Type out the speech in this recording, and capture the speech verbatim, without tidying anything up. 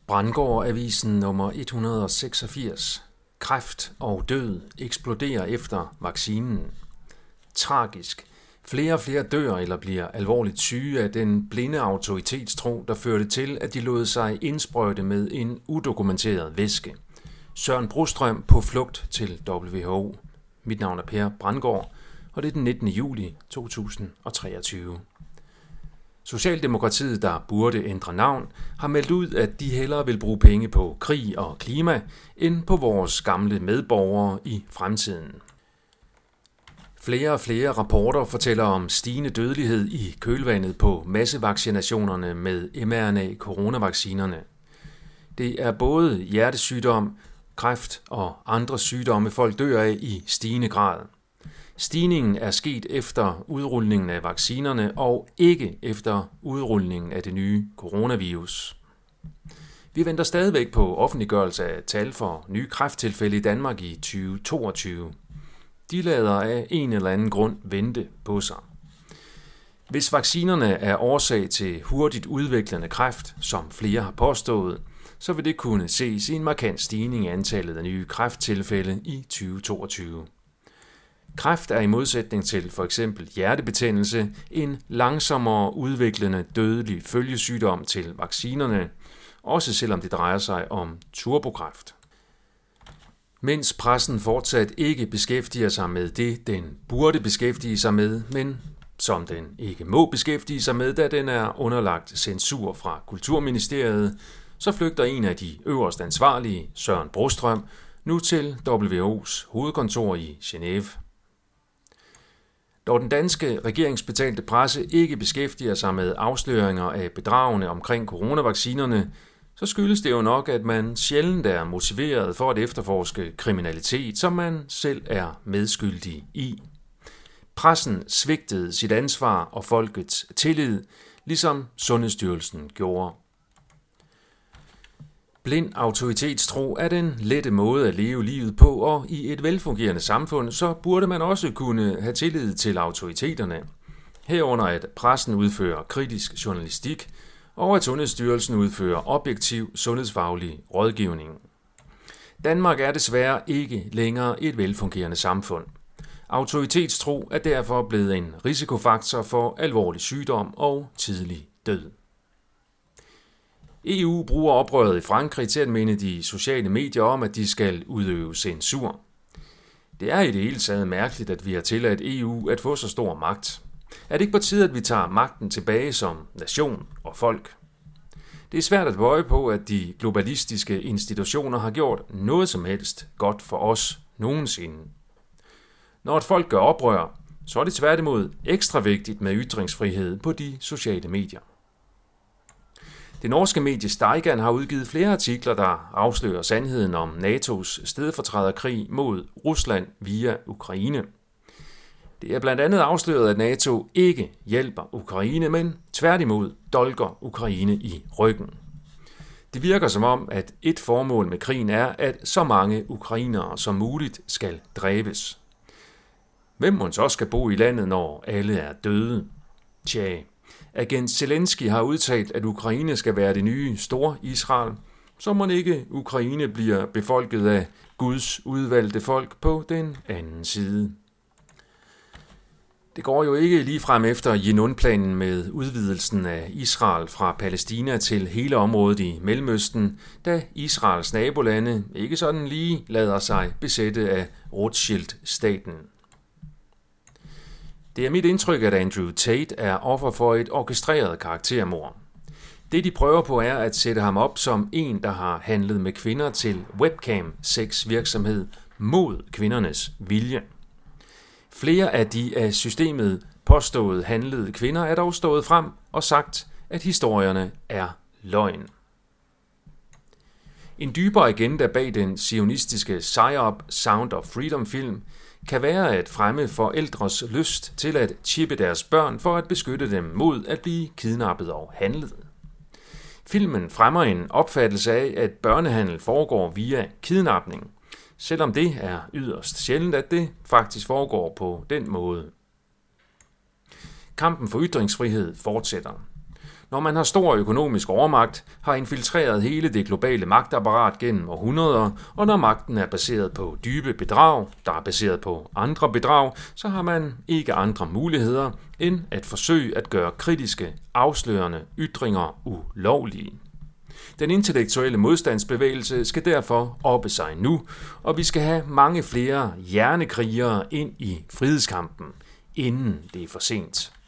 Brandgård-avisen nummer et hundrede og seksogfirs. Kræft og død eksploderer efter vaccinen. Tragisk. Flere og flere dør eller bliver alvorligt syge af den blinde autoritetstro, der førte til, at de lod sig indsprøjte med en udokumenteret væske. Søren Brostrøm på flugt til W H O. Mit navn er Per Brandgård, og det er den nittende juli to tusind og treogtyve. Socialdemokratiet, der burde ændre navn, har meldt ud, at de hellere vil bruge penge på krig og klima, end på vores gamle medborgere i fremtiden. Flere og flere rapporter fortæller om stigende dødelighed i kølvandet på massevaccinationerne med mRNA-coronavaccinerne. Det er både hjertesygdom, kræft og andre sygdomme, folk dør af i stigende grad. Stigningen er sket efter udrulningen af vaccinerne og ikke efter udrulningen af det nye coronavirus. Vi venter stadigvæk på offentliggørelse af tal for nye kræfttilfælde i Danmark i tyve toogtyve. De lader af en eller anden grund vente på sig. Hvis vaccinerne er årsag til hurtigt udviklende kræft, som flere har påstået, så vil det kunne ses i en markant stigning i antallet af nye kræfttilfælde i tyve toogtyve. Kræft er i modsætning til for eksempel hjertebetændelse en langsommere udviklende dødelig følgesygdom til vaccinerne, også selvom det drejer sig om turbokræft. Mens pressen fortsat ikke beskæftiger sig med det, den burde beskæftige sig med, men som den ikke må beskæftige sig med, da den er underlagt censur fra Kulturministeriet, så flygter en af de øverst ansvarlige, Søren Brostrøm, nu til W H O's hovedkontor i Genève. Når den danske regeringsbetalte presse ikke beskæftiger sig med afsløringer af bedragene omkring coronavaccinerne, så skyldes det jo nok, at man sjældent er motiveret for at efterforske kriminalitet, som man selv er medskyldig i. Pressen svigtede sit ansvar og folkets tillid, ligesom Sundhedsstyrelsen gjorde. Blind autoritetstro er den lette måde at leve livet på, og i et velfungerende samfund, så burde man også kunne have tillid til autoriteterne. Herunder at pressen udfører kritisk journalistik, og at Sundhedsstyrelsen udfører objektiv sundhedsfaglig rådgivning. Danmark er desværre ikke længere et velfungerende samfund. Autoritetstro er derfor blevet en risikofaktor for alvorlig sygdom og tidlig død. E U bruger oprøret i Frankrig til at minde de sociale medier om, at de skal udøve censur. Det er i det hele taget mærkeligt, at vi har tilladt E U at få så stor magt. Er det ikke på tide, at vi tager magten tilbage som nation og folk? Det er svært at bøje på, at de globalistiske institutioner har gjort noget som helst godt for os nogensinde. Når et folk gør oprør, så er det tværtimod ekstra vigtigt med ytringsfrihed på de sociale medier. Det norske medie Steigan har udgivet flere artikler, der afslører sandheden om N A T O's stedfortræderkrig mod Rusland via Ukraine. Det er blandt andet afsløret, at NATO ikke hjælper Ukraine, men tværtimod dolker Ukraine i ryggen. Det virker som om, at et formål med krigen er, at så mange ukrainere som muligt skal dræbes. Hvem må så skal bo i landet, når alle er døde? Tja, agent Zelensky har udtalt, at Ukraine skal være det nye store Israel, så må ikke Ukraine bliver befolket af Guds udvalgte folk på den anden side. Det går jo ikke ligefrem efter Yinun-planen med udvidelsen af Israel fra Palæstina til hele området i Mellemøsten, da Israels nabolande ikke sådan lige lader sig besætte af Rothschild-staten. Det er mit indtryk, at Andrew Tate er offer for et orkestreret karaktermord. Det de prøver på er at sætte ham op som en, der har handlet med kvinder til webcam-sex-virksomhed mod kvindernes vilje. Flere af de af systemet påståede handlede kvinder er dog stået frem og sagt, at historierne er løgn. En dybere agenda bag den zionistiske PSYOP Sound of Freedom film kan være at fremme forældres lyst til at chippe deres børn for at beskytte dem mod at blive kidnappet og handlet. Filmen fremmer en opfattelse af, at børnehandel foregår via kidnapning, selvom det er yderst sjældent, at det faktisk foregår på den måde. Kampen for ytringsfrihed fortsætter. Når man har stor økonomisk overmagt, har infiltreret hele det globale magtapparat gennem århundreder, og når magten er baseret på dybe bedrag, der er baseret på andre bedrag, så har man ikke andre muligheder end at forsøge at gøre kritiske, afslørende ytringer ulovlige. Den intellektuelle modstandsbevægelse skal derfor oppe sig nu, og vi skal have mange flere hjernekrigere ind i frihedskampen, inden det er for sent.